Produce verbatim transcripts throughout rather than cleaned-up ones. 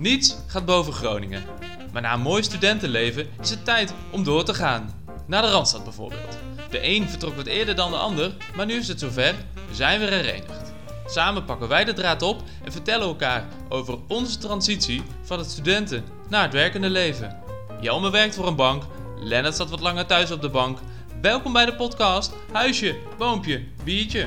Niets gaat boven Groningen. Maar na een mooi studentenleven is het tijd om door te gaan. Naar de Randstad bijvoorbeeld. De een vertrok wat eerder dan de ander, maar nu is het zover, we zijn weer herenigd. Samen pakken wij de draad op en vertellen elkaar over onze transitie van het studenten naar het werkende leven. Jelme werkt voor een bank, Lennart zat wat langer thuis op de bank. Welkom bij de podcast Huisje, Boompje, Biertje.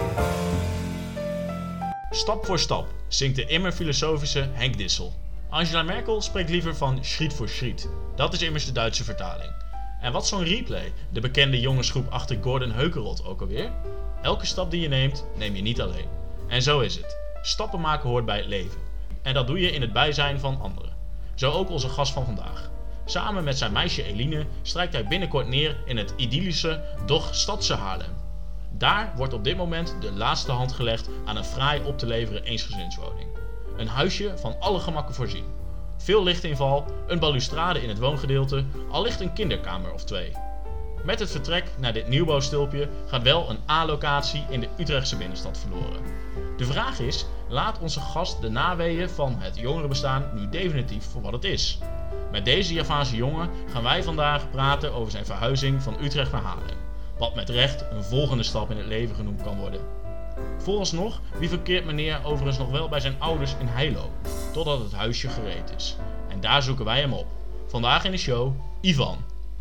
Stap voor stap zingt de immer filosofische Henk Dissel. Angela Merkel spreekt liever van Schriet voor Schriet. Dat is immers de Duitse vertaling. En wat zo'n replay, de bekende jongensgroep achter Gordon Heukerot ook alweer? Elke stap die je neemt, neem je niet alleen. En zo is het. Stappen maken hoort bij het leven. En dat doe je in het bijzijn van anderen. Zo ook onze gast van vandaag. Samen met zijn meisje Eline strijkt hij binnenkort neer in het idyllische, doch stadse Haarlem. Daar wordt op dit moment de laatste hand gelegd aan een fraai op te leveren eensgezinswoning. Een huisje van alle gemakken voorzien. Veel lichtinval, een balustrade in het woongedeelte, al ligt een kinderkamer of twee. Met het vertrek naar dit nieuwbouwstulpje gaat wel een A-locatie in de Utrechtse binnenstad verloren. De vraag is, laat onze gast de naweeën van het jongerenbestaan nu definitief voor wat het is? Met deze Javaanse jongen gaan wij vandaag praten over zijn verhuizing van Utrecht naar Haarlem. Wat met recht een volgende stap in het leven genoemd kan worden. Vooralsnog, wie verkeert meneer overigens nog wel bij zijn ouders in Heilo, totdat het huisje gereed is. En daar zoeken wij hem op. Vandaag in de show, Ivan.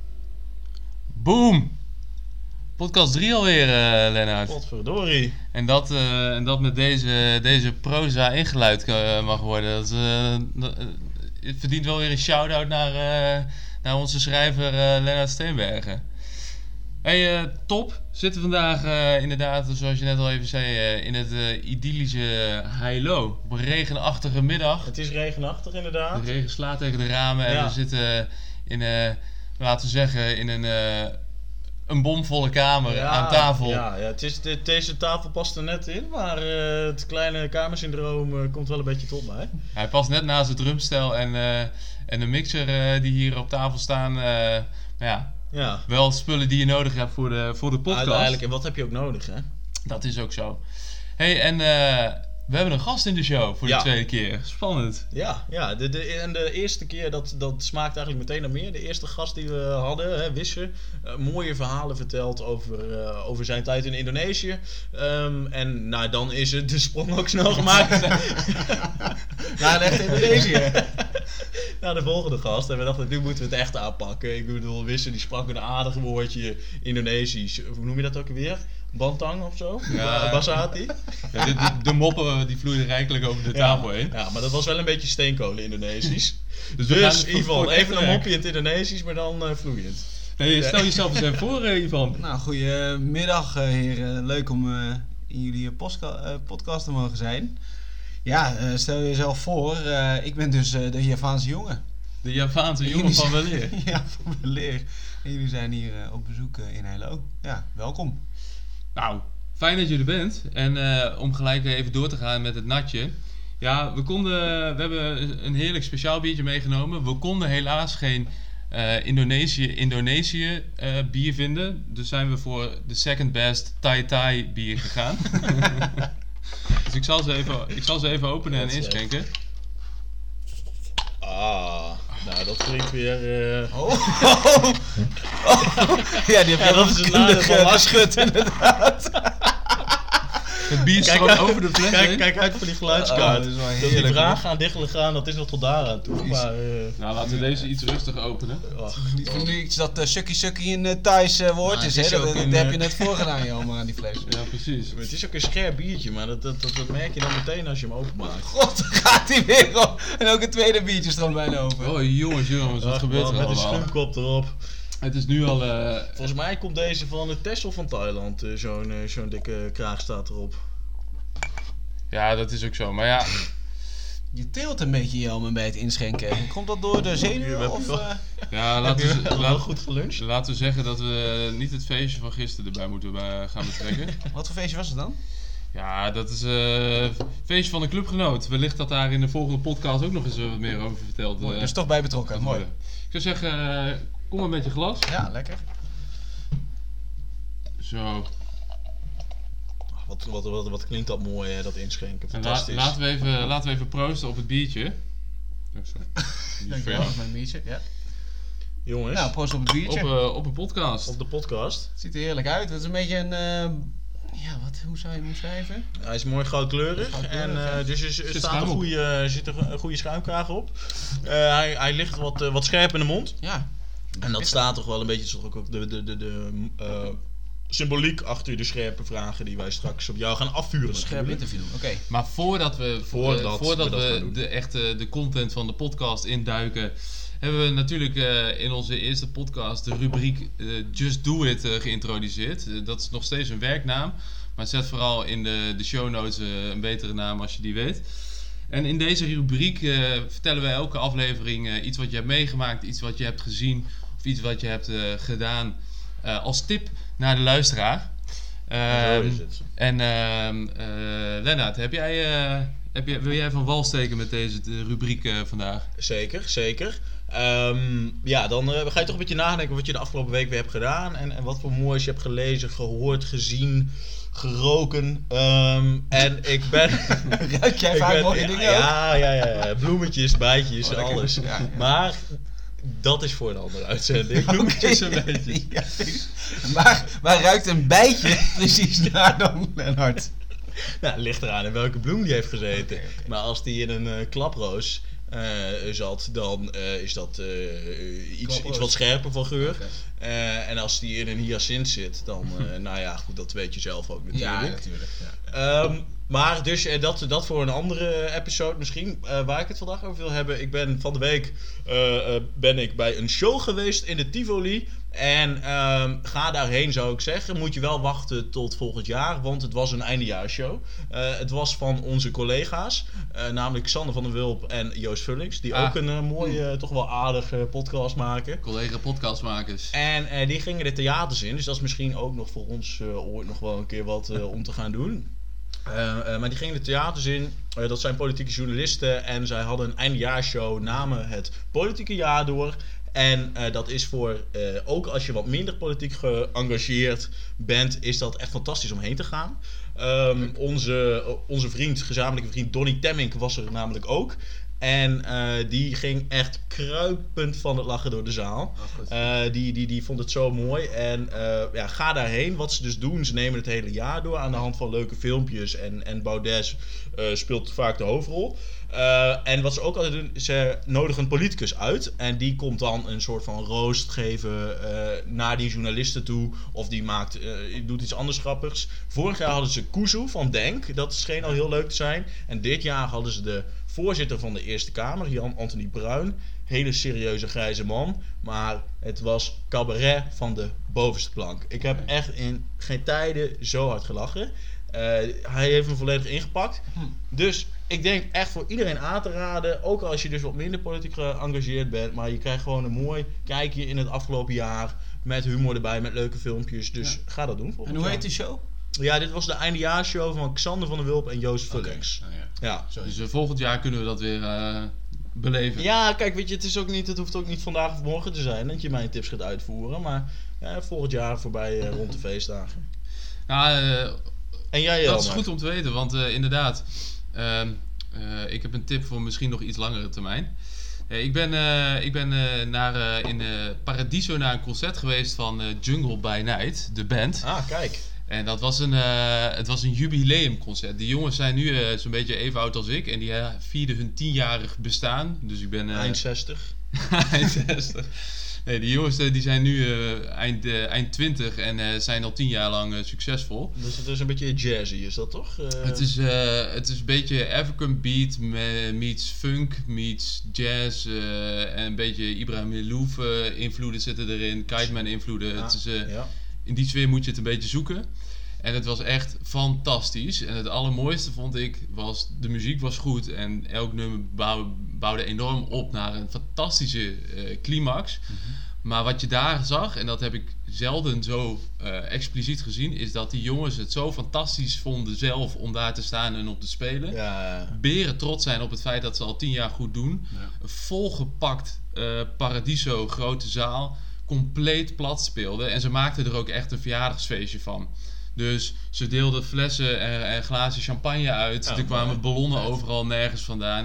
Boom! Podcast drie alweer, uh, Lennart. Godverdorie. En dat, uh, en dat met deze, deze proza ingeluid uh, mag worden. Dat, uh, dat, uh, het verdient wel weer een shout-out naar, uh, naar onze schrijver uh, Lennart Steenbergen. Hey, uh, top. We zitten vandaag uh, inderdaad, zoals je net al even zei, uh, in het uh, idyllische Heilo. Op een regenachtige middag. Het is regenachtig inderdaad. De regen slaat tegen de ramen en Ja. we zitten in, uh, laten we zeggen, in een, uh, een bomvolle kamer Ja, aan tafel. Ja, ja het is, de, deze tafel past er net in, maar uh, het kleine kamersyndroom uh, komt wel een beetje tot mij. Hij past net naast het drumstel en, uh, en de mixer uh, die hier op tafel staan. Uh, nou ja, Ja. wel spullen die je nodig hebt voor de, voor de podcast. Uiteindelijk, en wat heb je ook nodig, hè? Dat is ook zo. Hey, en uh, we hebben een gast in de show voor de Ja. tweede keer. Spannend. Ja, ja de, de, en de eerste keer, dat, dat smaakt eigenlijk meteen naar meer. De eerste gast die we hadden, hè, Wisse, uh, mooie verhalen verteld over, uh, over zijn tijd in Indonesië. Um, en nou, dan is het de sprong ook snel gemaakt naar echt Indonesië. Naar de volgende gast. En we dachten, nu moeten we het echt aanpakken. Ik bedoel, Wisse die sprak een aardig woordje Indonesisch. Hoe noem je dat ook weer? Bantang of zo? Ja. Basati? Ja, de, de, de moppen die vloeiden rijkelijk over de tafel heen. Ja, maar dat was wel een beetje steenkolen Indonesisch. Dus, Dus, we gaan het voor- Ivan, voor het even echte een werk. mopje in het Indonesisch, maar dan uh, vloeiend. Nee, stel jezelf eens even voor, uh, Ivan. Nou, goedemiddag uh, heren. Leuk om uh, in jullie postka- uh, podcast te mogen zijn. Ja, uh, stel jezelf voor. Uh, ik ben dus uh, de Javaanse jongen. De Javaanse jongen Jullie van zijn- weleer. Ja, van weleer. En jullie zijn hier uh, op bezoek uh, in Heilo. Ja, welkom. Nou, fijn dat je er bent. En uh, om gelijk even door te gaan met het natje. Ja, we konden, we hebben een heerlijk speciaal biertje meegenomen. We konden helaas geen uh, Indonesië, Indonesië uh, bier vinden. Dus zijn we voor de second best Thai Thai bier gegaan. Dus ik zal ze even, ik zal ze even openen en Wat zeg. inschenken. Ah, nou dat klinkt weer... Uh... Oh. Oh. Oh. Ja, die heb Ja, je dat is een nadeel van uh, Lars. geschud inderdaad. Het bier Kijk stroomt uit, over de fles kijk, heen. kijk uit voor die Oh, geluidskaart. dat is wel dat die heerlijk, vraag gaan, diggelen gaan, dat is nog tot daar aan toe. Maar, uh, Nou, laten we deze iets rustiger openen. ach, Niet voor niets dat uh, sukkie sukkie een uh, Thais uh, woord Nou, is, het hè? is Dat, ook dat een, heb uh, je net voorgedaan, joh, aan die fles. Ja, precies. het is ook een scherp biertje, maar dat, dat, dat, dat merk je dan meteen als je hem openmaakt. God, daar gaat hij weer op. En ook een tweede biertje stroomt bijna over. Oh jongens, jongens, wat Ach, gebeurt man, er met een allemaal? schuimkop erop. Het is nu al... Uh, Volgens mij komt deze van de Texel van Thailand. Uh, Zo'n uh, zo'n dikke kraag staat erop. ja, dat is ook zo. Maar ja, Je teelt een beetje, Jelme, bij het inschenken. Komt dat door de Ja, zenuwen? Of, wel. uh... ja Heb laten, je we, wel laat- goed geluncht? laten we zeggen dat we niet het feestje van gisteren erbij moeten uh, gaan betrekken. Wat voor feestje was het dan? Ja, dat is uh, het feestje van een clubgenoot. Wellicht dat daar in de volgende podcast ook nog eens uh, wat meer over verteld Mooi, uh, dus toch bij betrokken. gaat Mooi. worden. Ik zou zeggen, uh, kom maar met je glas. Ja, lekker. Zo. Wat, wat, wat, wat klinkt dat mooi, hè, dat inschenken. En la- Fantastisch. laten, we even, laten we even proosten op het biertje. Oh, sorry. Dankjewel, dat is mijn biertje. Ja. Jongens, Nou, proost op het biertje. Op, uh, op een podcast. op de podcast. Het ziet er heerlijk uit. Het is een beetje een... Uh, ja, wat, hoe zou je hem omschrijven? Hij is mooi goudkleurig. Goudkleurig, En ja. uh, dus er Zit staat schuim een op. goede, er zit een goede schuimkraag op. Uh, hij, hij ligt wat, uh, wat scherp in de mond. Ja. En dat staat toch wel een beetje, toch ook de, de, de, de uh, symboliek achter de scherpe vragen die wij straks op jou gaan afvuren. Scherp natuurlijk. interview, oké. Maar voordat we, Voordat uh, voordat we dat gaan we doen. de echte de content van de podcast induiken, hebben we natuurlijk uh, in onze eerste podcast de rubriek uh, Just Do It uh, geïntroduceerd. Uh, dat is nog steeds een werknaam, maar zet vooral in de, de show notes uh, een betere naam als je die weet. En in deze rubriek uh, vertellen wij elke aflevering uh, iets wat je hebt meegemaakt, iets wat je hebt gezien of iets wat je hebt uh, gedaan uh, als tip naar de luisteraar. En zo Ehm, is het. En uh, uh, Lennart, heb jij, uh, heb jij, wil jij van wal steken met deze de rubriek uh, vandaag? Zeker, zeker. Um, ja, dan uh, ga je toch een beetje nadenken wat je de afgelopen week weer hebt gedaan. En, en wat voor moois je hebt gelezen, gehoord, gezien, geroken. Um, en ik ben... Ruik jij ik vaak ben- mooie ja, dingen ook? ja, ja, ja, ja. Bloemetjes, bijtjes, Oh, lekker. alles. Ja, ja. Maar dat is voor een andere uitzending. Bloemetjes en bijtjes. Ja, maar, maar ruikt een bijtje precies naar dan, Lennart? Nou, het ligt eraan in welke bloem die heeft gezeten. Oké, oké. Maar als die in een uh, klaproos uh, zat, dan uh, is dat uh, iets, Klaproos. iets wat scherper van geur. Oké. Uh, en als die in een hyacint zit, dan, uh, nou ja, goed, dat weet je zelf ook natuurlijk. Ja, natuurlijk. Ja. Um, maar dus uh, dat, dat voor een andere episode misschien. Uh, waar ik het vandaag over wil hebben. Ik ben van de week uh, uh, ben ik bij een show geweest in de Tivoli. En um, ga daarheen zou ik zeggen. Moet je wel wachten tot volgend jaar. Want het was een eindejaarshow. Uh, het was van onze collega's. Uh, namelijk Sander van der Wulp en Joost Vullings. Die Ah. ook een uh, mooie, uh, toch wel aardige podcast maken. Collega podcastmakers. En uh, die gingen de theaters in. Dus dat is misschien ook nog voor ons uh, ooit nog wel een keer wat uh, om te gaan doen. Uh, uh, maar die gingen de theaters in. Uh, dat zijn politieke journalisten. En zij hadden een eindejaarsshow namen het politieke jaar door. En uh, dat is voor, uh, ook als je wat minder politiek geëngageerd bent, is dat echt fantastisch om heen te gaan. Um, onze, uh, onze vriend, gezamenlijke vriend Donnie Temmink was er namelijk ook. En uh, die ging echt kruipend van het lachen door de zaal. Uh, die, die, die vond het zo mooi. En uh, ja, ga daarheen. Wat ze dus doen, ze nemen het hele jaar door aan de hand van leuke filmpjes. En, en Baudet uh, speelt vaak de hoofdrol. Uh, en wat ze ook altijd doen, ze nodigen een politicus uit. En die komt dan een soort van roost geven uh, naar die journalisten toe. Of die maakt, uh, doet iets anders grappigs. Vorig jaar hadden ze Kuzu van Denk. Dat scheen al heel leuk te zijn. En dit jaar hadden ze de voorzitter van de Eerste Kamer, Jan Anthony Bruin. Hele serieuze grijze man. Maar het was cabaret van de bovenste plank. Ik heb echt in geen tijden zo hard gelachen. Uh, hij heeft me volledig ingepakt. Dus ik denk echt voor iedereen aan te raden. Ook als je dus wat minder politiek geëngageerd bent. Maar je krijgt gewoon een mooi kijkje in het afgelopen jaar. Met humor erbij, met leuke filmpjes. Dus Ja. ga dat doen. En hoe heet die show? Ja, dit was de eindejaarsshow van Xander van der Wulp en Joost Vullings. Nou ja. Ja. Zo is Dus het. uh, volgend jaar kunnen we dat weer uh, beleven. Ja, kijk, weet je, het, is ook niet, het hoeft ook niet vandaag of morgen te zijn dat je mijn tips gaat uitvoeren. Maar ja, volgend jaar voorbij uh, rond de feestdagen. Nou, uh, En jij, dat is Jelmer? goed om te weten, want uh, inderdaad, uh, uh, ik heb een tip voor misschien nog iets langere termijn. Uh, ik ben, uh, ik ben uh, naar, uh, in uh, Paradiso naar een concert geweest van uh, Jungle by Night, de band. Ah, kijk. En dat was een, uh, het was een jubileumconcert. Die jongens zijn nu uh, zo'n beetje even oud als ik. En die uh, vierden hun tienjarig bestaan. Dus ik ben... Uh, Eind zestig. eind zestig. Nee, die jongens uh, die zijn nu uh, eind, uh, eind twintig en uh, zijn al tien jaar lang uh, succesvol. Dus het is een beetje jazzy, is dat toch? Uh, Het is, uh, het is een beetje African beat me- meets funk, meets jazz uh, en een beetje Ibrahim Elouf uh, invloeden zitten erin, Kiteman invloeden. ah, Het is, uh, ja. in die sfeer moet je het een beetje zoeken. En het was echt fantastisch. En het allermooiste vond ik was, de muziek was goed en elk nummer bouw, bouwde enorm op naar een fantastische uh, climax. Mm-hmm. Maar wat je daar zag, en dat heb ik zelden zo uh, expliciet gezien, is dat die jongens het zo fantastisch vonden zelf om daar te staan en op te spelen. Ja. Beren trots zijn op het feit dat ze al tien jaar goed doen. Ja. Een volgepakt uh, Paradiso, grote zaal, compleet plat speelde. En ze maakten er ook echt een verjaardagsfeestje van. Dus ze deelden flessen en, en glazen champagne uit. Ja, er kwamen mooi. ballonnen Vet. overal nergens vandaan.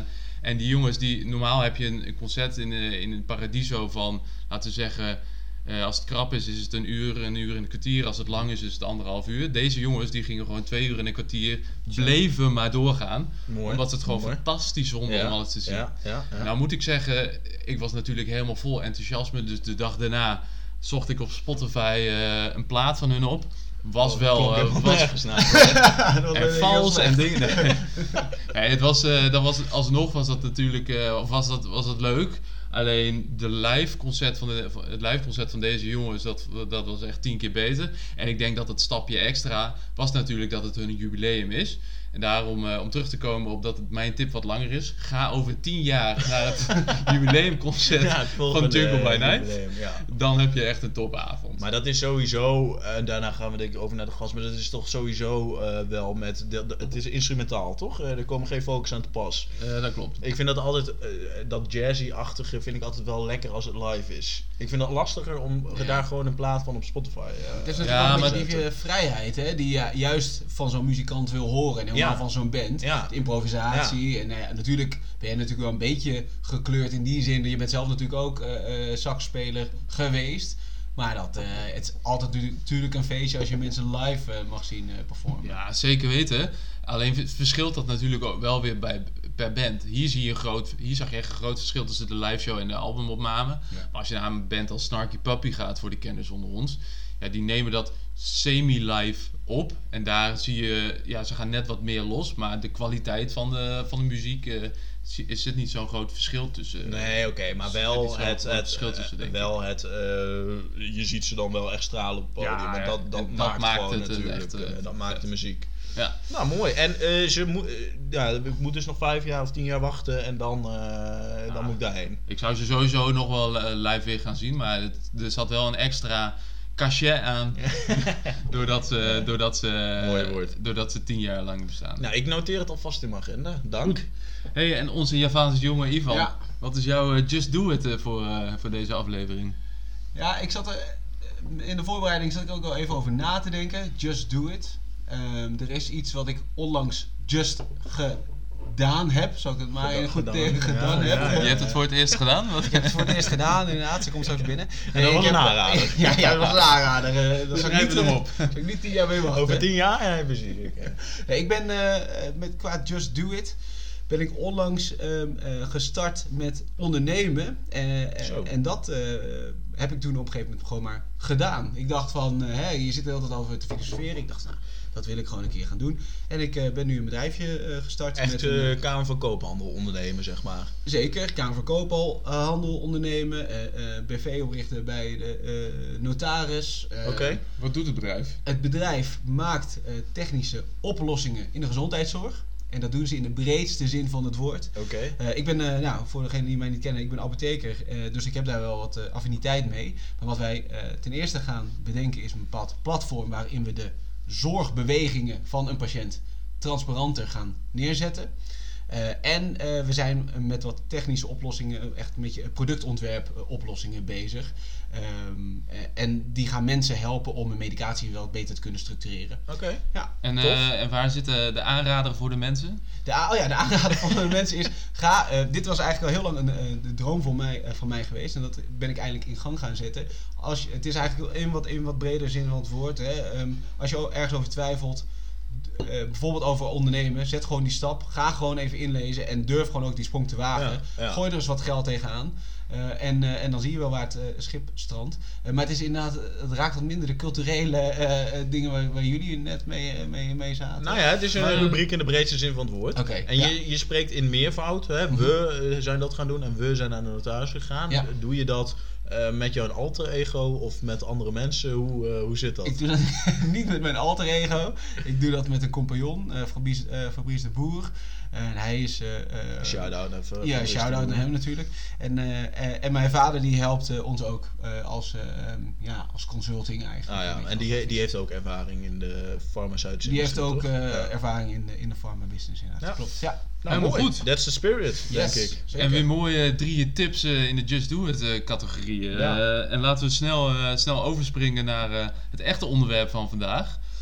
En die jongens, die normaal heb je een concert in, uh, in het Paradiso van, laten we zeggen, uh, als het krap is, is het een uur, een uur en een kwartier. Als het lang is, is het anderhalf uur. Deze jongens, die gingen gewoon twee uur en een kwartier, bleven maar doorgaan. Mooi. Omdat ze het gewoon Mooi. fantastisch vonden Ja, om alles te zien. Ja, ja, ja. Nou moet ik zeggen, ik was natuurlijk helemaal vol enthousiasme. Dus de dag daarna zocht ik op Spotify uh, een plaat van hun op. Was Oh, wel klonk uh, helemaal was, nergens naar. Dat was en heel vals slecht. en dingen. Nee. Nee, het was, uh, dat was, alsnog was dat natuurlijk uh, of was dat, was dat leuk. Alleen de live concert van de, het live concert van deze jongens, dat, dat was echt tien keer beter. En ik denk dat het stapje extra was natuurlijk dat het hun jubileum is. En daarom, uh, om terug te komen op dat het mijn tip wat langer is, ga over tien jaar naar het jubileumconcert Ja, het van volgende Jungle by Night. jubileum, ja. Dan heb je echt een topavond. Maar dat is sowieso, en uh, daarna gaan we denk ik over naar de gast, maar dat is toch sowieso uh, wel met, de, de, het is instrumentaal toch? Uh, er komen geen vocals aan te pas. Uh, dat klopt. Ik vind dat altijd, uh, dat jazzy-achtige vind ik altijd wel lekker als het live is. Ik vind dat lastiger om Ja. daar gewoon een plaat van op Spotify uh, Het is natuurlijk Ja, wel een maar beetje die vrijheid hè, die je juist van zo'n muzikant wil horen en helemaal Ja. van zo'n band. Ja. De improvisatie. En nou ja, natuurlijk ben je natuurlijk wel een beetje gekleurd in die zin. Je bent zelf natuurlijk ook uh, uh, saxspeler geweest. Maar dat, uh, het is altijd nu- natuurlijk een feestje als je mensen live uh, mag zien uh, performen. Ja, zeker weten. Alleen v- verschilt dat natuurlijk ook wel weer bij, per band. Hier, zie je een groot, hier zag je echt een groot verschil tussen de live show en de albumopname. Ja. Maar als je naar een band als Snarky Puppy gaat, voor de kenners onder ons, ja, die nemen dat semi-live op. En daar zie je, ja, ze gaan net wat meer los. Maar de kwaliteit van de, van de muziek uh, is zit niet zo'n groot verschil tussen. Nee, oké, maar Dus wel het is wel het, een het, verschil tussen, denk ik. wel het, uh, je ziet ze dan wel echt stralen op het podium, Ja, want dat, dat, en dat maakt, maakt gewoon het, uh, natuurlijk, echt, uh, uh, dat maakt vet. de muziek. Ja. Nou, mooi. En uh, ze moet, uh, ja, ik moet dus nog vijf jaar of tien jaar wachten en dan, uh, dan Ah. moet ik daarheen. Ik zou ze sowieso nog wel uh, live weer gaan zien, maar het, er zat wel een extra cachet aan doordat ze, doordat ze, Mooi woord. doordat ze tien jaar lang bestaan. Nou, ik noteer het alvast in mijn agenda. Dank. Hey, en onze Javaanse jongen Ivan, Ja. wat is jouw uh, Just Do It uh, voor, uh, voor deze aflevering? Ja, ik zat er in de voorbereiding zat ik ook wel even over na te denken. Just do it. Um, er is iets wat ik onlangs just gedaan heb. Zou ik het maar Gedaan, goed gedaan. tegen gedaan Ja, heb. ja, ja. Je hebt het voor het eerst gedaan? Wat? Ik heb het voor het eerst gedaan, inderdaad. Ze komt straks binnen. En dat ik was een heb- aanrader. Ja, ja, dat was een aanrader. Uh, dat zou ik schrijven niet, we hem uh, op. zou ik niet tien jaar mee wachten. Over tien jaar? Ja, precies. Okay. Nee, ik ben uh, met qua Just Do It ben ik onlangs um, uh, gestart met ondernemen. Uh, Zo. en dat uh, heb ik toen op een gegeven moment gewoon maar gedaan. Ik dacht van, uh, hè, je zit er altijd over te filosoferen. Ik dacht, nou, dat wil ik gewoon een keer gaan doen. En ik uh, ben nu een bedrijfje uh, gestart. Echt met uh, een, Kamer van Koophandel ondernemen, zeg maar. Zeker, Kamer van Koophandel, uh, handel ondernemen, uh, uh, B V oprichten bij de uh, notaris. Uh, Oké. Okay. Wat doet het bedrijf? Het bedrijf maakt uh, technische oplossingen in de gezondheidszorg. En dat doen ze in de breedste zin van het woord. Oké. Okay. Uh, ik ben, uh, nou, voor degenen die mij niet kennen, ik ben apotheker. Uh, dus ik heb daar wel wat uh, affiniteit mee. Maar wat wij uh, ten eerste gaan bedenken is een bepaald platform waarin we de zorgbewegingen van een patiënt transparanter gaan neerzetten. Uh, en uh, we zijn met wat technische oplossingen, echt met je productontwerp uh, oplossingen bezig. Um, uh, en die gaan mensen helpen om hun medicatie wel beter te kunnen structureren. Oké. Okay. Ja. En, uh, en waar zit de, de aanrader voor de mensen? De, oh ja, de aanrader van de mensen is, ga, uh, dit was eigenlijk al heel lang een, uh, de droom van mij, uh, van mij geweest. En dat ben ik eindelijk in gang gaan zetten. Als je, het is eigenlijk in wat, in wat breder zin van het woord. Hè. Um, als je ergens over twijfelt, uh, bijvoorbeeld over ondernemen, zet gewoon die stap. Ga gewoon even inlezen en durf gewoon ook die sprong te wagen. Ja, ja. Gooi er eens wat geld tegenaan. Uh, en, uh, en dan zie je wel waar het uh, schip strandt. Uh, maar het is inderdaad, het raakt wat minder de culturele uh, uh, dingen waar, waar jullie net mee, uh, mee, mee zaten. Nou ja, het is een maar, rubriek in de breedste zin van het woord. Okay, en ja. je, je spreekt in meervoud. Hè? We uh, zijn dat gaan doen en we zijn naar de notaris gegaan. Ja. Doe je dat uh, met jouw alter ego of met andere mensen? Hoe, uh, hoe zit dat? Ik doe dat niet met mijn alter ego. Ik doe dat met een compagnon, uh, Fabrice, uh, Fabrice de Boer. Uh, en hij is... Uh, uh, shout-out even. Ja, shout-out naar hem natuurlijk. En, uh, uh, en mijn vader die helpt uh, ons ook uh, als, uh, um, ja, als consulting eigenlijk. Ah ja, en die, die heeft ook ervaring in de farmaceutische Die heeft ook uh, ja. ervaring in de, in de pharma business inderdaad. Ja. Klopt. Ja. Nou, helemaal mooi. goed. That's the spirit, Yes, denk ik. zeker. En weer mooie drie tips uh, in de Just Do It uh, categorie. Ja. Uh, en laten we snel, uh, snel overspringen naar uh, het echte onderwerp van vandaag.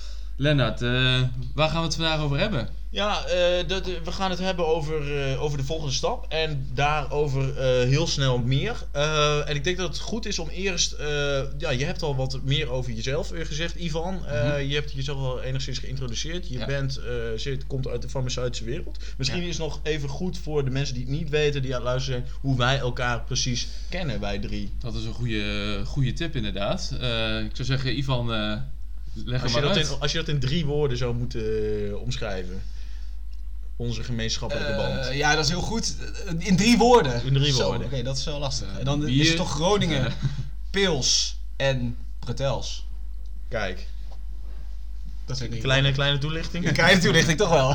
Lennart, uh, waar gaan we het vandaag over hebben? Ja, uh, de, de, we gaan het hebben over, uh, over de volgende stap en daarover uh, heel snel meer. Uh, en ik denk dat het goed is om eerst, uh, ja, je hebt al wat meer over jezelf weer gezegd, Ivan. Uh, mm-hmm. Je hebt jezelf al enigszins geïntroduceerd. Je ja. bent, uh, zit, komt uit de farmaceutische wereld. Misschien ja. is het nog even goed voor de mensen die het niet weten, die aan het luisteren zijn, hoe wij elkaar precies kennen, wij drie. Dat is een goede, goede tip inderdaad. Uh, ik zou zeggen, Ivan, uh, leg als hem maar je uit. Dat in, als je dat in drie woorden zou moeten uh, omschrijven. Onze gemeenschappelijke band. Uh, ja, dat is heel goed. In drie woorden. In drie Zo, woorden. Oké, okay, dat is wel lastig. En dan Bier. is het toch Groningen, uh. Pils en Bretels. Kijk. Dat zijn een kleine, kleine toelichting. Een kleine toelichting, toch wel.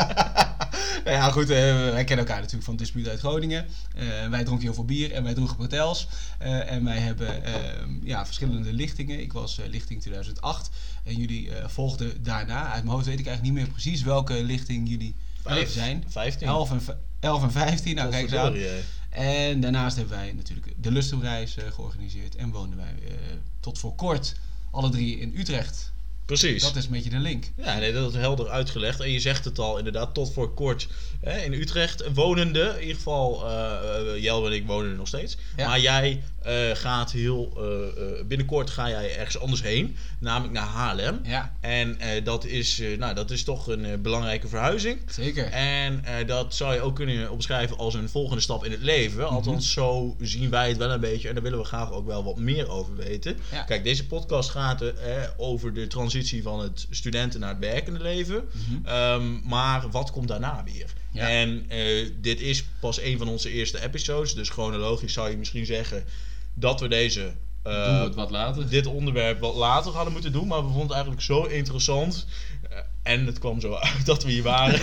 Nou ja, goed. Uh, wij kennen elkaar natuurlijk van het dispuut uit Groningen. Uh, wij dronken heel veel bier en wij droegen Bretels. Uh, en wij hebben uh, ja, verschillende lichtingen. Ik was uh, lichting tweeduizend acht. En jullie uh, volgden daarna. Uit mijn hoofd weet ik eigenlijk niet meer precies welke lichting jullie Vijf, zijn. vijftien. elf en, elf en vijftien, nou kijk eens aan. En daarnaast hebben wij natuurlijk de Lustrumreis uh, georganiseerd. En woonden wij uh, tot voor kort alle drie in Utrecht. Precies. Dat is een beetje de link. Ja, nee, dat is helder uitgelegd. En je zegt het al inderdaad, tot voor kort hè, in Utrecht wonende. In ieder geval, uh, Jel en ik wonen er nog steeds. Ja. Maar jij uh, gaat heel, uh, uh, binnenkort ga jij ergens anders heen. Namelijk naar Haarlem. Ja. En uh, dat, is, uh, nou, dat is toch een uh, belangrijke verhuizing. Zeker. En uh, dat zou je ook kunnen omschrijven als een volgende stap in het leven. Mm-hmm. Althans, zo zien wij het wel een beetje. En daar willen we graag ook wel wat meer over weten. Ja. Kijk, deze podcast gaat uh, over de transitie van het studenten naar het werkende leven. Mm-hmm. Um, maar wat komt daarna weer? Ja. En uh, dit is pas een van onze eerste episodes. Dus chronologisch zou je misschien zeggen dat we deze uh, doen we het wat later. dit onderwerp wat later hadden moeten doen. Maar we vonden het eigenlijk zo interessant. Uh, en het kwam zo uit dat we hier waren.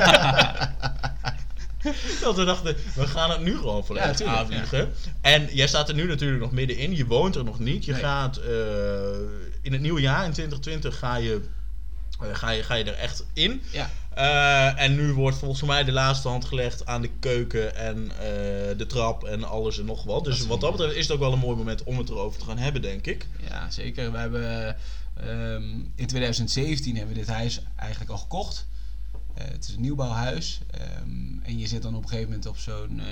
Dat we dachten, we gaan het nu gewoon volledig ja, aanvliegen. Ja. En jij staat er nu natuurlijk nog middenin. Je woont er nog niet. Je nee. gaat uh, in het nieuwe jaar, in twintig twintig, ga je, uh, ga je, ga je er echt in. Ja. Uh, en nu wordt volgens mij de laatste hand gelegd aan de keuken en uh, de trap en alles en nog wat. Dus dat wat dat betreft is het ook wel een mooi moment om het erover te gaan hebben, denk ik. Ja, zeker. We hebben um, in tweeduizend zeventien hebben we dit huis eigenlijk al gekocht. Uh, het is een nieuwbouwhuis. Um, en je zit dan op een gegeven moment op zo'n uh,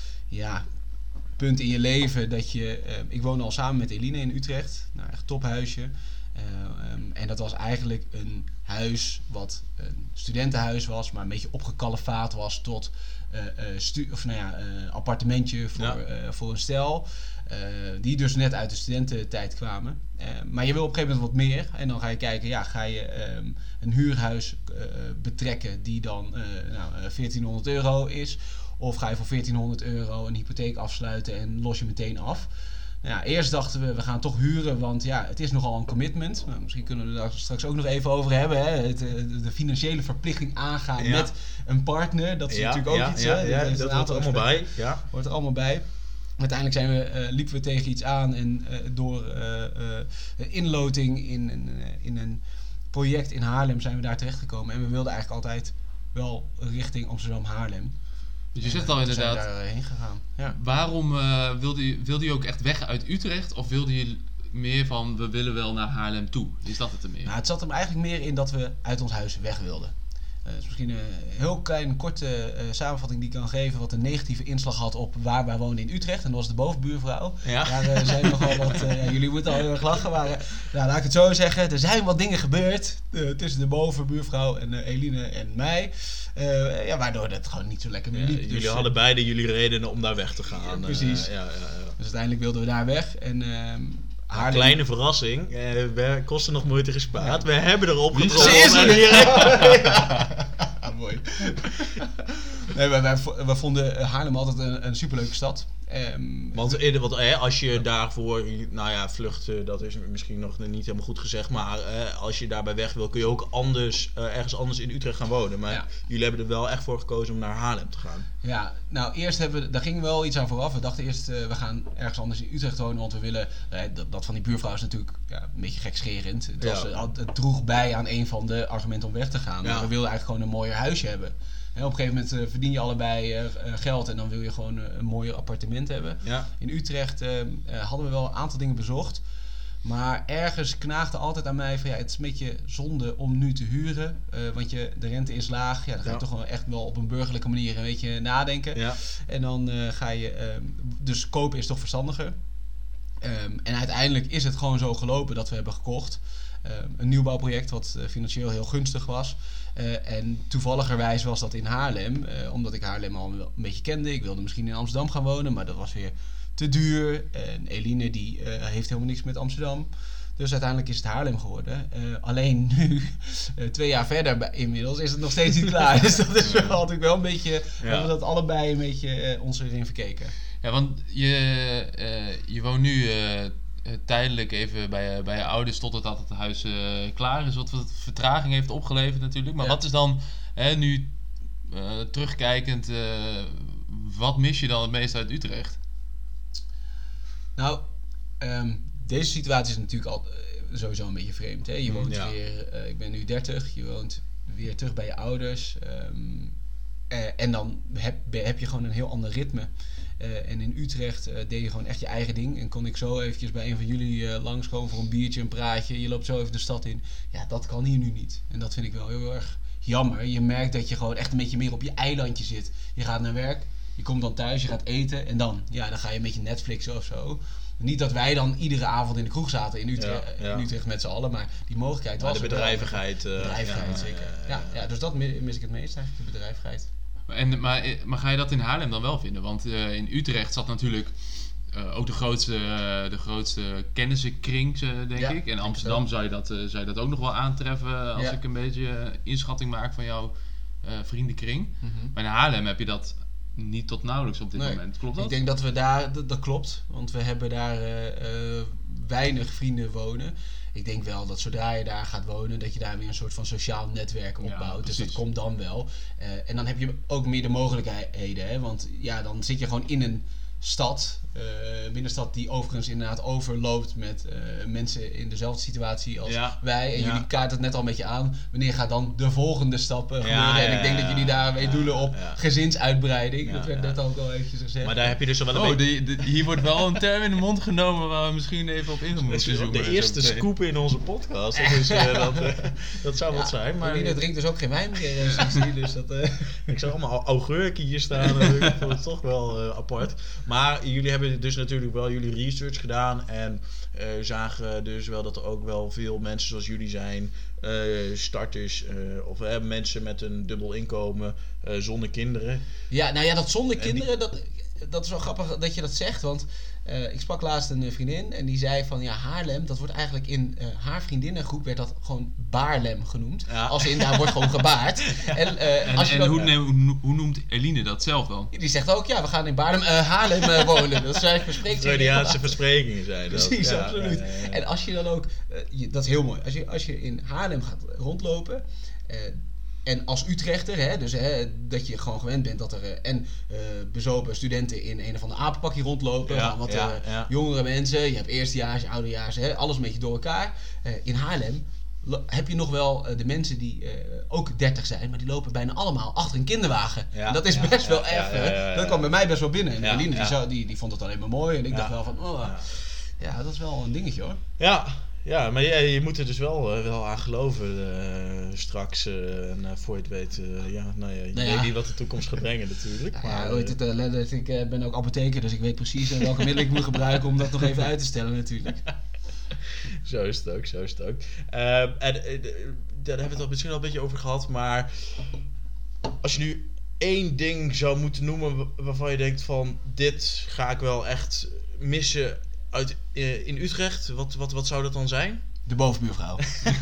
ja, punt in je leven dat je... Uh, ik woonde al samen met Eline in Utrecht. Nou, echt tophuisje. Uh, um, en dat was eigenlijk een huis wat een studentenhuis was, maar een beetje opgekalefaat was tot uh, uh, stu- of, nou ja, uh, appartementje voor, ja. uh, voor een stel. Uh, die dus net uit de studententijd kwamen. Uh, maar je wil op een gegeven moment wat meer. En dan ga je kijken, ja, ga je um, een huurhuis uh, betrekken die dan uh, nou, uh, veertienhonderd euro is. Of ga je voor veertienhonderd euro een hypotheek afsluiten en los je meteen af. Nou ja, eerst dachten we, we gaan toch huren, want ja, het is nogal een commitment. Nou, misschien kunnen we er daar straks ook nog even over hebben. Hè? Het, de financiële verplichting aangaan ja. met een partner. Dat is ja, natuurlijk ook ja, iets. Ja, hè? ja, dat dat hoort er allemaal bij. Ja. Hoort er allemaal bij. Uiteindelijk zijn we, uh, liepen we tegen iets aan en uh, door uh, uh, inloting in een, uh, in een project in Haarlem zijn we daar terechtgekomen. En we wilden eigenlijk altijd wel richting Amsterdam-Haarlem. Dus je zegt al inderdaad, zijn we daarheen gegaan. Ja. Waarom uh, wilde, je, wilde je ook echt weg uit Utrecht? Of wilde je meer van, we willen wel naar Haarlem toe? Is dat het er meer? Nou, het zat hem eigenlijk meer in dat we uit ons huis weg wilden. Uh, dus misschien een heel klein, korte uh, samenvatting die ik kan geven wat een negatieve inslag had op waar wij woonden in Utrecht. En dat was de bovenbuurvrouw. Ja. Daar uh, zijn nogal wat, uh, ja, jullie moeten al heel erg lachen, maar uh, nou, laat ik het zo zeggen. Er zijn wat dingen gebeurd uh, tussen de bovenbuurvrouw en uh, Eline en mij. Uh, ja, waardoor het gewoon niet zo lekker meer liep. Ja, jullie dus, hadden uh, beide jullie redenen om daar weg te gaan. Ja, precies. Uh, ja, ja, ja. Dus uiteindelijk wilden we daar weg. En, uh, Een kleine verrassing, uh, we kosten nog moeite gespaard. Ja. We hebben erop getrokken. Ze is er! Ja. Ah, mooi. Nee, wij, wij, wij vonden Haarlem altijd een, een superleuke stad. Um, want eh, wat, eh, als je daarvoor, nou ja, vluchten, dat is misschien nog niet helemaal goed gezegd, maar eh, als je daarbij weg wil, kun je ook anders, uh, ergens anders in Utrecht gaan wonen. Maar ja. jullie hebben er wel echt voor gekozen om naar Haarlem te gaan. Ja, nou eerst hebben we, daar ging wel iets aan vooraf. We dachten eerst, uh, we gaan ergens anders in Utrecht wonen, want we willen, uh, dat, dat van die buurvrouw is natuurlijk ja, een beetje gekscherend. Het, was, ja. uh, het droeg bij aan een van de argumenten om weg te gaan. Ja. Maar we wilden eigenlijk gewoon een mooier huisje hebben. En op een gegeven moment uh, verdien je allebei uh, geld en dan wil je gewoon uh, een mooier appartement hebben. Ja. In Utrecht uh, uh, hadden we wel een aantal dingen bezocht. Maar ergens knaagde altijd aan mij van ja, het is een beetje zonde om nu te huren. Uh, want je, de rente is laag. Ja, dan ga je ja. toch wel echt wel op een burgerlijke manier een beetje nadenken. Ja. En dan uh, ga je... Um, dus kopen is toch verstandiger. Um, en uiteindelijk is het gewoon zo gelopen dat we hebben gekocht. Um, een nieuwbouwproject wat uh, financieel heel gunstig was. Uh, en toevalligerwijs was dat in Haarlem. Uh, omdat ik Haarlem al een beetje kende. Ik wilde misschien in Amsterdam gaan wonen, maar dat was weer te duur. En Eline die uh, heeft helemaal niks met Amsterdam. Dus uiteindelijk is het Haarlem geworden. Uh, alleen nu, uh, twee jaar verder bij, inmiddels, is het nog steeds niet klaar. Dus dat is wel altijd wel een beetje... Ja. We hebben dat allebei een beetje uh, ons erin verkeken. Ja, want je, uh, je woont nu uh, tijdelijk even bij, bij je ouders totdat dat het huis uh, klaar is. Wat wat vertraging heeft opgeleverd natuurlijk. Maar ja. wat is dan, hè, nu uh, terugkijkend, uh, wat mis je dan het meest uit Utrecht? Nou, um, deze situatie is natuurlijk al uh, sowieso een beetje vreemd. Hè? Je woont ja. weer, uh, ik ben nu dertig, je woont weer terug bij je ouders. Um, uh, en dan heb, heb je gewoon een heel ander ritme. Uh, en in Utrecht uh, deed je gewoon echt je eigen ding. En kon ik zo eventjes bij een van jullie uh, langskomen voor een biertje, een praatje. Je loopt zo even de stad in. Ja, dat kan hier nu niet. En dat vind ik wel heel erg jammer. Je merkt dat je gewoon echt een beetje meer op je eilandje zit. Je gaat naar werk, je komt dan thuis, je gaat eten. En dan, ja, dan ga je een beetje Netflixen of zo. Niet dat wij dan iedere avond in de kroeg zaten in Utrecht, ja, ja. in Utrecht met z'n allen, maar die mogelijkheid maar was de bedrijvigheid. Uh, bedrijvigheid, ja, zeker. Ja, ja, ja. ja, dus dat mis ik het meest eigenlijk, de bedrijvigheid. En, maar, maar ga je dat in Haarlem dan wel vinden? Want uh, in Utrecht zat natuurlijk uh, ook de grootste, uh, de grootste kennissenkring, uh, denk ja, ik. En Amsterdam zou je, dat, uh, zou je dat ook nog wel aantreffen als ja. ik een beetje uh, inschatting maak van jouw uh, vriendenkring. Mm-hmm. Maar in Haarlem heb je dat niet tot nauwelijks op dit nee, moment. Klopt dat? Ik denk dat we daar, dat, dat klopt, want we hebben daar uh, uh, weinig vrienden wonen. Ik denk wel dat zodra je daar gaat wonen, dat je daar weer een soort van sociaal netwerk opbouwt. Ja, dus dat komt dan wel. Uh, en dan heb je ook meer de mogelijkheden, hè? Want ja, dan zit je gewoon in een stad, uh, binnenstad die overigens inderdaad overloopt met uh, mensen in dezelfde situatie als ja. wij. En ja. jullie kaarten het net al een beetje aan. Wanneer gaat dan de volgende stap uh, gebeuren? Ja, ja, en ik denk ja, dat jullie daarmee ja, doelen op ja. gezinsuitbreiding. Ja, dat werd ja. net ook al eventjes gezegd. Maar daar heb je dus wel een oh, beetje... de, de, hier wordt wel een term in de mond genomen waar we misschien even op in moeten zoeken. De eerste scoop in onze podcast. Dus, uh, dat, uh, dat zou ja, wat zijn. Maar Nina drinkt dus ook geen wijn meer. Uh, dus dat, uh... ik zag allemaal augurken hier staan. Ik vond het toch wel uh, apart. Maar jullie hebben dus natuurlijk wel jullie research gedaan en uh, zagen dus wel dat er ook wel veel mensen zoals jullie zijn, uh, starters uh, of uh, mensen met een dubbel inkomen uh, zonder kinderen. Ja, nou ja, dat zonder kinderen, die... dat, dat is wel grappig dat je dat zegt, want uh, ik sprak laatst een vriendin en die zei van ja, Haarlem, dat wordt eigenlijk in uh, haar vriendinnengroep werd dat gewoon Baarlem genoemd. Ja. Als in, daar wordt gewoon gebaard. Ja. En, uh, en, als je en dan, hoe, neem, hoe noemt Eline dat zelf dan? Die zegt ook, ja, we gaan in Baarlem, uh, Haarlem uh, wonen. Dat zijn versprekingen. Freudiaanse versprekingen zijn dat. Precies, ja, absoluut. Ja, ja, ja. En als je dan ook, uh, je, dat is heel mooi, als je, als je in Haarlem gaat rondlopen, uh, en als Utrechter, hè, dus hè, dat je gewoon gewend bent dat er uh, en uh, bezopen studenten in een of ander apenpakje rondlopen. Ja, wat ja, uh, ja. jongere mensen, je hebt eerstejaars, oudejaars, hè, alles een beetje door elkaar. Uh, in Haarlem lo- heb je nog wel uh, de mensen die uh, ook dertig zijn, maar die lopen bijna allemaal achter een kinderwagen. Ja, en dat is ja, best ja, wel erg. Ja, ja, ja, ja. Dat kwam bij mij best wel binnen. En ja, Eline, ja. die, die, die vond het alleen maar mooi. En ik ja. dacht wel van, oh, ja. ja, dat is wel een dingetje hoor. Ja. Ja, maar je, je moet er dus wel, uh, wel aan geloven uh, straks. Uh, en uh, voor je het weet, uh, ja, nou ja, je nou ja. weet niet wat de toekomst gaat brengen natuurlijk. Ja, maar, ja, weet het, uh, ik uh, ben ook apotheker, dus ik weet precies uh, welke middelen ik moet gebruiken om dat nog even uit te stellen natuurlijk. Zo is het ook, zo is het ook. Uh, en uh, daar hebben we het al misschien al een beetje over gehad, maar als je nu één ding zou moeten noemen waarvan je denkt van dit ga ik wel echt missen uit, uh, in Utrecht, wat, wat, wat zou dat dan zijn? De bovenbuurvrouw.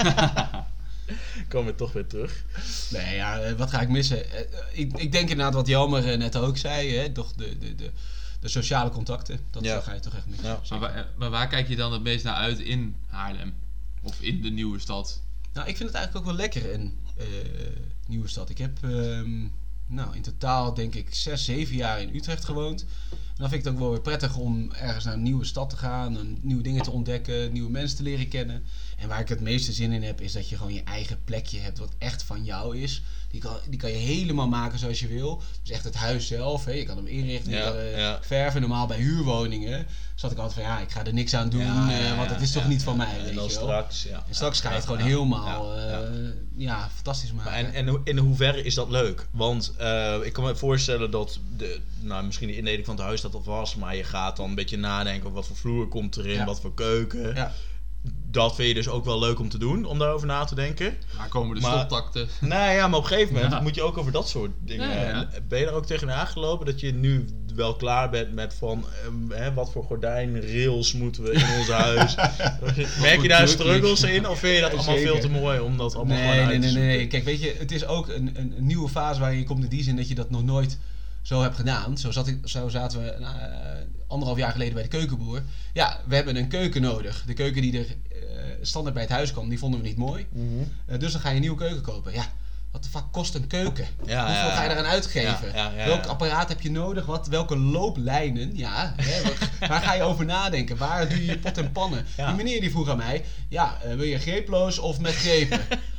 Komen we toch weer terug. Nee, ja, wat ga ik missen? Uh, ik, ik denk inderdaad wat Jelmer uh, net ook zei, hè? Toch de, de, de, de sociale contacten, dat ja. ga je toch echt missen. Ja. Maar, waar, maar waar kijk je dan het meest naar uit in Haarlem? Of in de nieuwe stad? Nou, ik vind het eigenlijk ook wel lekker in uh, nieuwe stad. Ik heb um, nou, in totaal denk ik zes, zeven jaar in Utrecht gewoond. dan vind ik het ook wel weer prettig om ergens naar een nieuwe stad te gaan, een, nieuwe dingen te ontdekken, nieuwe mensen te leren kennen. En waar ik het meeste zin in heb, is dat je gewoon je eigen plekje hebt wat echt van jou is. Die kan, die kan je helemaal maken zoals je wil. Dus echt het huis zelf, hè. Je kan hem inrichten, Ja, je kan, uh, ja. verven. Normaal bij huurwoningen zat ik altijd van, ja, ik ga er niks aan doen, Ja, ja, uh, ja, want het is ja, toch niet ja, van ja, mij, en weet dan je wel. straks, ja. En straks ga je het Ja, gewoon ja, helemaal ja, uh, ja. ja, fantastisch maken. En, en hoe- in hoeverre is dat leuk? Want uh, ik kan me voorstellen dat de, nou, misschien de indeling van het huis dat al was, maar je gaat dan een beetje nadenken over wat voor vloer komt erin, Ja. wat voor keuken. Ja. Dat vind je dus ook wel leuk om te doen, om daarover na te denken. Waar komen de Maar- stoptakten? Nou ja, maar op een gegeven moment Ja. moet je ook over dat soort dingen. Ja, ja. Ben je er ook tegenaan gelopen dat je nu wel klaar bent met van um, hè, wat voor gordijnrails moeten we in ons huis? Merk je daar struggles in of vind je dat Ja, allemaal zeker. veel te mooi om dat allemaal nee, gewoon nee, uit te nee, nee, nee. zoeken? Kijk, weet je, het is ook een, een, een nieuwe fase waarin je komt in die zin dat je dat nog nooit zo hebt gedaan. Zo, zat ik, zo zaten we nou, uh, anderhalf jaar geleden bij de keukenboer. Ja, we hebben een keuken nodig. De keuken die er uh, standaard bij het huis kwam, die vonden we niet mooi. Mhm. Uh, dus dan ga je een nieuwe keuken kopen. Ja, wat de fuck kost een keuken? Ja, Hoeveel ja, ga je ja. eraan uitgeven? Ja, ja, ja, Welk ja. apparaat heb je nodig? Wat, welke looplijnen? Ja, hè, waar, waar ga je over nadenken? Waar doe je je pot en pannen? Ja. Die meneer die vroeg aan mij, ja, uh, wil je greeploos of met grepen?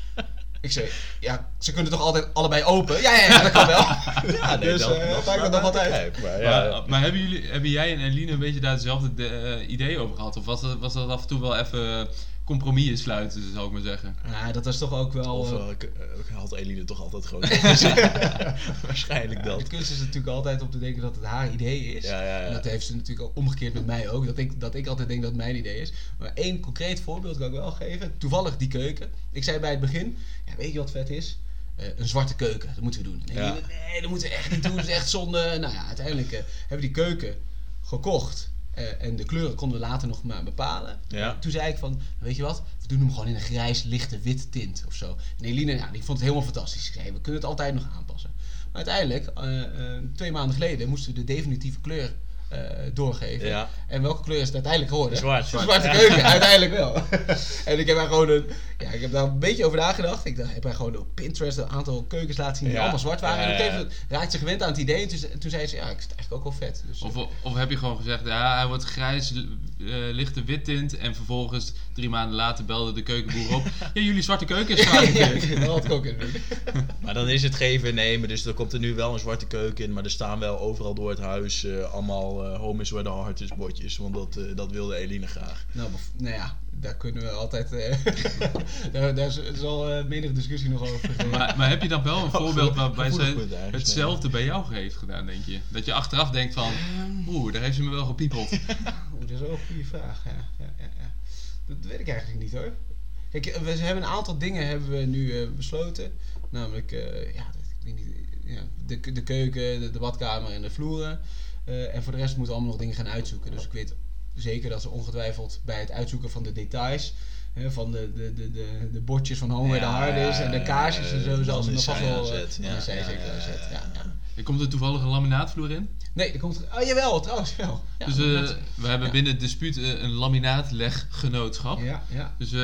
Ik zei, ja, ze kunnen toch altijd allebei open? Ja, ja, ja, dat kan wel. Ja, nee, Dus, dat, eh, dat maakt is het nog wel wat uit. begrijpbaar, ja. Maar, maar hebben, jullie, hebben jij en Eline een beetje daar hetzelfde de, uh, idee over gehad? Of was dat, was dat af en toe wel even compromissen sluiten, zou ik maar zeggen? Ja, dat is toch ook wel... Of uh, uh, ik, uh, had Eline toch altijd gewoon. Waarschijnlijk de dat. kunst is natuurlijk altijd om te denken dat het haar idee is. Ja, ja, ja. En dat heeft ze natuurlijk ook omgekeerd met mij ook. Dat ik, dat ik altijd denk dat het mijn idee is. Maar één concreet voorbeeld kan ik wel geven. Toevallig die keuken. Ik zei bij het begin, ja, weet je wat vet is? Uh, een zwarte keuken, dat moeten we doen. Nee, Ja. nee, dat moeten we echt niet doen. Dat is echt zonde. Nou ja, uiteindelijk uh, hebben we die keuken gekocht. Uh, en de kleuren konden we later nog maar bepalen. Ja. Toen zei ik van, weet je wat? We doen hem gewoon in een grijs, lichte, wit tint of zo. En Eline, ja, die vond het helemaal fantastisch. Ik zei, we kunnen het altijd nog aanpassen. Maar uiteindelijk, uh, uh, twee maanden geleden, moesten we de definitieve kleur uh, doorgeven. Ja. En welke kleur is het uiteindelijk geworden? Zwart. De zwarte Ja. keuken, uiteindelijk wel. En ik heb daar gewoon een, ja, ik heb daar een beetje over nagedacht. Ik dacht, ik heb daar gewoon op Pinterest een aantal keukens laten zien die Ja. allemaal zwart waren. Ja, En op een ja, gegeven moment raakte ze gewend aan het idee. En toen, toen zei ze, ja, ik vind het eigenlijk ook wel vet. Dus, Of, of heb je gewoon gezegd, ja, hij wordt grijs, uh, lichte wittint en vervolgens drie maanden later belde de keukenboer op. Ja, jullie zwarte keuken is ja, gearriveerd. ja, dat had ik ook in doen. Maar dan is het geven en nemen, dus er komt er nu wel een zwarte keuken in, maar er staan wel overal door het huis uh, allemaal uh, home is where the heart is bordjes, want dat, uh, dat wilde Eline graag. Nou, bev- nou ja, daar kunnen we altijd, eh, daar, daar zal uh, menige discussie nog over geven. Maar, maar heb je dan wel een voorbeeld waarbij gevoelig ze punt eigenlijk, hetzelfde bij jou heeft gedaan, denk je? Dat je achteraf denkt van, oeh, daar heeft ze me wel gepiepeld. Oeh, dat is wel een goede vraag. Ja, ja, ja, ja. Dat weet ik eigenlijk niet hoor. Kijk, we hebben een aantal dingen hebben we nu uh, besloten. Namelijk, uh, ja, ik weet niet, ja, de, de keuken, de, de badkamer en de vloeren. Uh, en voor de rest moeten we allemaal nog dingen gaan uitzoeken. Dus ik weet zeker dat ze ongetwijfeld bij het uitzoeken van de details, hè, van de, de, de, de, de bordjes van Home Where the Heart is en de kaarsjes en zo, zal ze nog vast wel... Ja, Ja, zij ja, zeker ja, aanzet. ja, Ja, ja. Er komt er toevallig een laminaatvloer in. Nee, er komt... Oh, jawel, trouwens wel. Ja, Dus uh, dat- we hebben ja. binnen het dispuut uh, een laminaatleggenootschap. Ja, ja. Dus uh,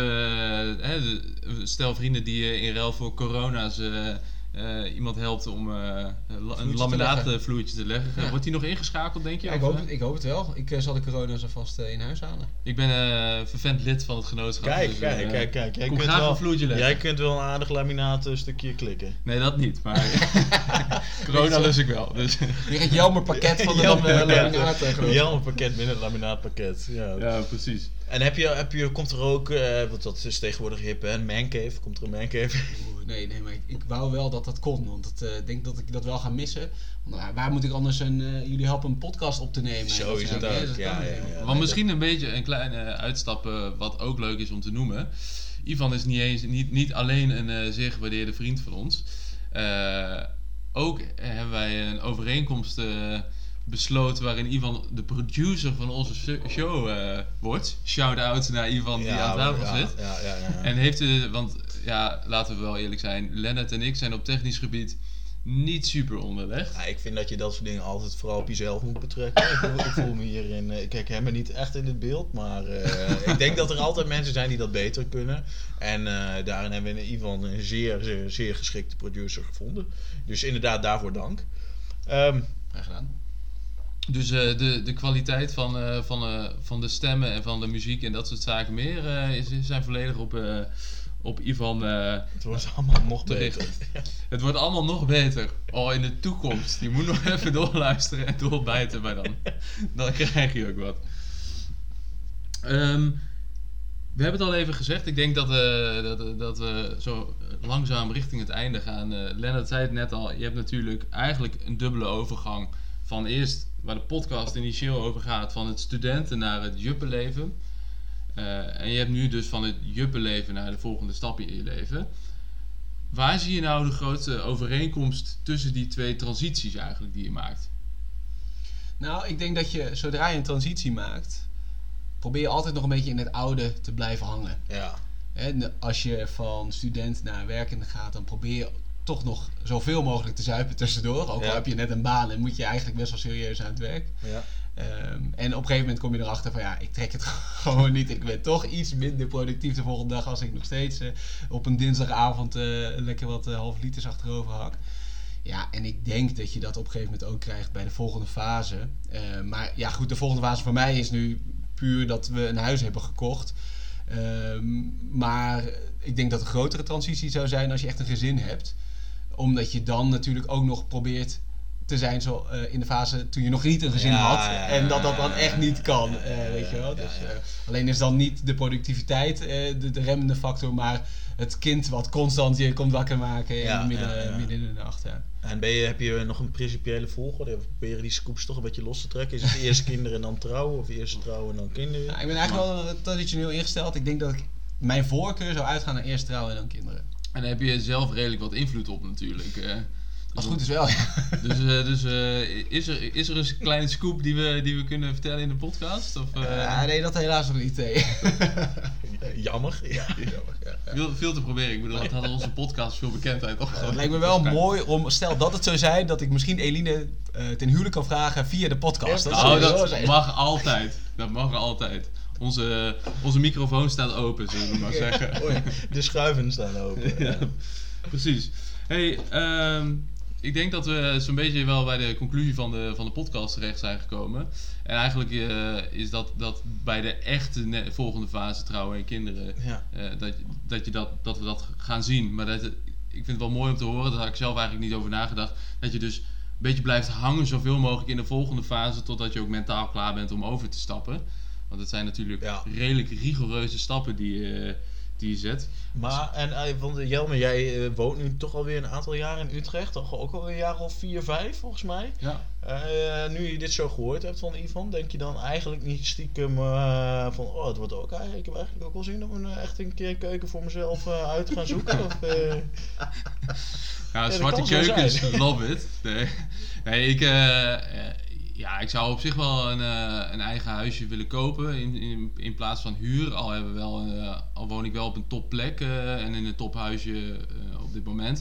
hè, de- stel vrienden die uh, in ruil voor corona's uh, uh, iemand helpt om uh, la- een te laminaatvloertje te leggen. Ja. Wordt die nog ingeschakeld, denk je? Ja, ik, Of, hoop uh? het, ik hoop het wel. Ik uh, zal de corona zo vast uh, in huis halen. Ik ben uh, vervent lid van het genootschap. Kijk, dus, kijk, uh, kijk, kijk. Jij kom kunt, graag wel, een vloertje leggen. jij kunt wel een aardig laminaat stukje klikken. Nee, dat niet, maar corona lust ik wel. Dus. Weer het jammerpakket van de Jammer lam- pakket. laminaat. uh, geloof ik. Jammer pakket binnen het laminaatpakket. Ja. Ja, precies. En heb je, heb je, komt er ook, uh, want dat is tegenwoordig hip, hè, een mancave? Komt er een mancave? Oeh, Nee, nee, maar ik, ik wou wel dat dat kon. Want het, uh, ik denk dat ik dat wel ga missen. Want, uh, waar moet ik anders een... Uh, jullie helpen een podcast op te nemen? Zo En dat is soort het dingen, ook. hè, dat Ja, kan ja, niet. ja. Want misschien een beetje een kleine uitstap uh, wat ook leuk is om te noemen. Ivan is niet, eens, niet, niet alleen een uh, zeer gewaardeerde vriend van ons. Uh, ook hebben wij een overeenkomst uh, besloten waarin Ivan de producer van onze show uh, wordt. Shout-out naar Ivan die aan tafel ja, zit. Ja, ja, ja. En heeft de, want ja, laten we wel eerlijk zijn, Lennart en ik zijn op technisch gebied niet super onderlegd. Ja, ik vind dat je dat soort dingen altijd vooral op jezelf moet betrekken. ik, voel, ik voel me hierin, uh, ik herken me niet echt in dit beeld, maar uh, ik denk dat er altijd mensen zijn die dat beter kunnen. En uh, daarin hebben we in Ivan een zeer, zeer, zeer geschikte producer gevonden. Dus inderdaad, daarvoor dank. Um, Graag gedaan. Dus uh, de, de kwaliteit van, uh, van, uh, van de stemmen en van de muziek en dat soort zaken meer uh, is, zijn volledig op, uh, op Ivan uh, Het wordt allemaal nog beter. Het wordt allemaal nog beter. Oh, in de toekomst. Je moet nog even doorluisteren en doorbijten, maar dan, dan krijg je ook wat. Um, we hebben het al even gezegd. Ik denk dat, uh, dat, dat we zo langzaam richting het einde gaan. Uh, Lennart zei het net al. Je hebt natuurlijk eigenlijk een dubbele overgang. Van eerst waar de podcast initieel over gaat. Van het studenten naar het juppenleven. Uh, en je hebt nu dus van het juppenleven naar de volgende stap in je leven. Waar zie je nou de grootste overeenkomst tussen die twee transities eigenlijk die je maakt? Nou, ik denk dat je zodra je een transitie maakt, probeer je altijd nog een beetje in het oude te blijven hangen. Ja. En als je van student naar werkende gaat, dan probeer je toch nog zoveel mogelijk te zuipen tussendoor. Ook al Ja. heb je net een baan en moet je eigenlijk best wel serieus aan het werk. Ja. Um, en op een gegeven moment kom je erachter van ja, ik trek het gewoon niet. Ik ben toch iets minder productief de volgende dag als ik nog steeds uh, op een dinsdagavond uh, lekker wat uh, halve liters achterover hak. Ja, en ik denk dat je dat op een gegeven moment ook krijgt bij de volgende fase. Uh, maar ja goed, de volgende fase voor mij is nu puur dat we een huis hebben gekocht. Um, maar ik denk dat een grotere transitie zou zijn als je echt een gezin hebt. Omdat je dan natuurlijk ook nog probeert te zijn zo uh, in de fase toen je nog niet een gezin Ja, had. ja, En dat dat dan ja, echt ja, niet kan, ja, ja, uh, weet je wel. ja, Dus, ja. uh, alleen is dan niet de productiviteit uh, de, de remmende factor, maar het kind wat constant je komt wakker maken in Ja, midden, ja, ja. midden in de nacht. Ja. En ben je, heb je nog een principiële volgorde? Of proberen die scoops toch een beetje los te trekken? Is het eerst kinderen en dan trouwen? Of eerst trouwen en dan kinderen? Nou, ik ben eigenlijk wel uh, traditioneel ingesteld. Ik denk dat ik mijn voorkeur zou uitgaan naar eerst trouwen en dan kinderen. En daar heb je zelf redelijk wat invloed op natuurlijk. Uh, Als het goed is wel, ja. Dus, uh, dus uh, is, er, is er een kleine scoop die we, die we kunnen vertellen in de podcast? Of, uh, Uh, nee, dat helaas nog niet. Nee. Jammer. Ja. Jammer, ja. veel, veel te proberen. Ik bedoel, dat had onze podcast veel bekendheid opgegooid. Het lijkt me wel mooi om, stel dat het zou zijn, dat ik misschien Eline uh, ten huwelijk kan vragen via de podcast. Dat zou Nou, sowieso dat zijn. mag altijd. Dat mag altijd. Onze, onze microfoon staat open, zullen we maar zeggen. Oei, de schuiven staan open. Ja, precies. Hey, um, ik denk dat we zo'n beetje wel bij de conclusie van de, van de podcast terecht zijn gekomen. En eigenlijk uh, is dat, dat bij de echte ne- volgende fase trouwen en kinderen, Ja. uh, dat, dat, je dat, dat we dat gaan zien. Maar dat, ik vind het wel mooi om te horen, daar had ik zelf eigenlijk niet over nagedacht, dat je dus een beetje blijft hangen zoveel mogelijk in de volgende fase, totdat je ook mentaal klaar bent om over te stappen. Want het zijn natuurlijk Ja. redelijk rigoureuze stappen die, uh, die je zet. Maar, en uh, want, Jelmer, jij uh, woont nu toch alweer een aantal jaar in Utrecht. Toch ook al een jaar of vier, vijf volgens mij. Ja. Uh, nu je dit zo gehoord hebt van Ivan, denk je dan eigenlijk niet stiekem uh, van, oh, het wordt ook eigenlijk, ik heb eigenlijk ook wel zin om een, uh, echt een keer een keuken voor mezelf uh, uit te gaan zoeken? Of, uh... Ja, dat zwarte kan zo keukens, zijn. love it. Nee, nee ik, uh, ja, ik zou op zich wel een, uh, een eigen huisje willen kopen in, in, in plaats van huur. Al, hebben we wel, uh, al woon ik wel op een topplek uh, en in een tophuisje uh, op dit moment.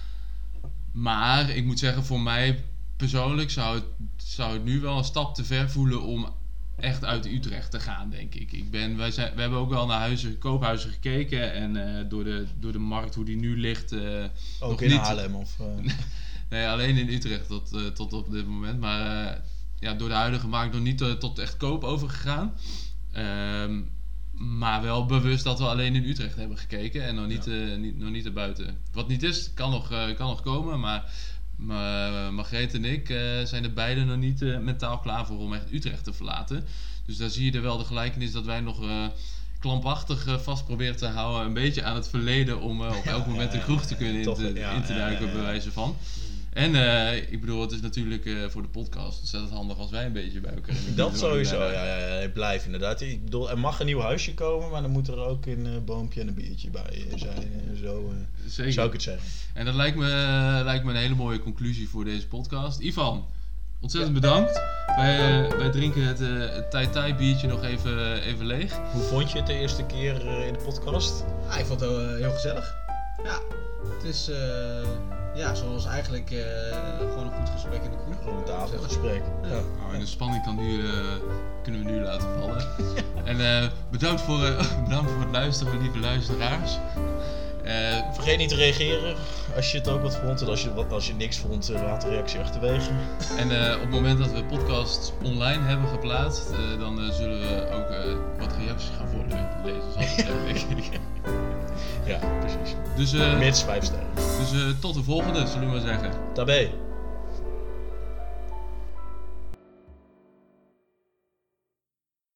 Maar ik moet zeggen, voor mij persoonlijk zou het, zou het nu wel een stap te ver voelen om echt uit Utrecht te gaan, denk ik. ik ben, wij, zijn, we hebben ook wel naar huizen, koophuizen gekeken en uh, door, de, door de markt hoe die nu ligt... Uh, Ook nog in niet. Haarlem of... Uh... Nee, alleen in Utrecht tot, uh, tot op dit moment. Maar uh, ja, door de huidige markt nog niet uh, tot echt koop overgegaan. Um, maar wel bewust dat we alleen in Utrecht hebben gekeken en nog niet, Ja. uh, niet, nog niet erbuiten. Wat niet is, kan nog, uh, kan nog komen, maar... Maar Margreet en ik uh, zijn er beide nog niet uh, mentaal klaar voor om echt Utrecht te verlaten. Dus daar zie je er wel de gelijkenis dat wij nog uh, klampachtig uh, vast proberen te houden. Een beetje aan het verleden om uh, op elk moment een kroeg te kunnen in Toch, te, ja, in te ja, duiken, ja, ja. bij wijze van. En uh, ik bedoel, het is natuurlijk uh, voor de podcast ontzettend handig als wij een beetje bij elkaar in de Dat buurt sowieso, wonen. ja, ja, ja, blijf inderdaad. Ik bedoel, er mag een nieuw huisje komen, maar dan moet er ook een uh, boompje en een biertje bij uh, zijn. Uh, zo uh, Zeker. zou ik het zeggen. En dat lijkt me, uh, lijkt me een hele mooie conclusie voor deze podcast. Ivan, ontzettend bedankt. Wij, uh, wij drinken het, uh, het Tai Tai biertje nog even, even leeg. Hoe vond je het de eerste keer uh, in de podcast? Ah, ik vond het uh, heel gezellig. Ja, het is uh, ja, zoals eigenlijk uh, gewoon een goed gesprek in de kroeg. Gewoon een tafelgesprek. Ja. Nou, en de spanning kan nu, uh, kunnen we nu laten vallen. En uh, bedankt, voor, uh, bedankt voor het luisteren, lieve luisteraars. Eh, Vergeet niet te reageren als je het ook wat vond. En als je, wat- als je niks vond, eh, laat een reactie achterwege. en eh, op het moment dat we podcasts online hebben geplaatst, eh, dan eh, zullen we ook eh, wat reacties gaan voorlezen. Zal ik zeggen, denk ik. Ja, precies. Dus, eh, Mits vijf sterren. dus eh, tot de volgende, zullen we maar zeggen. Daarbij.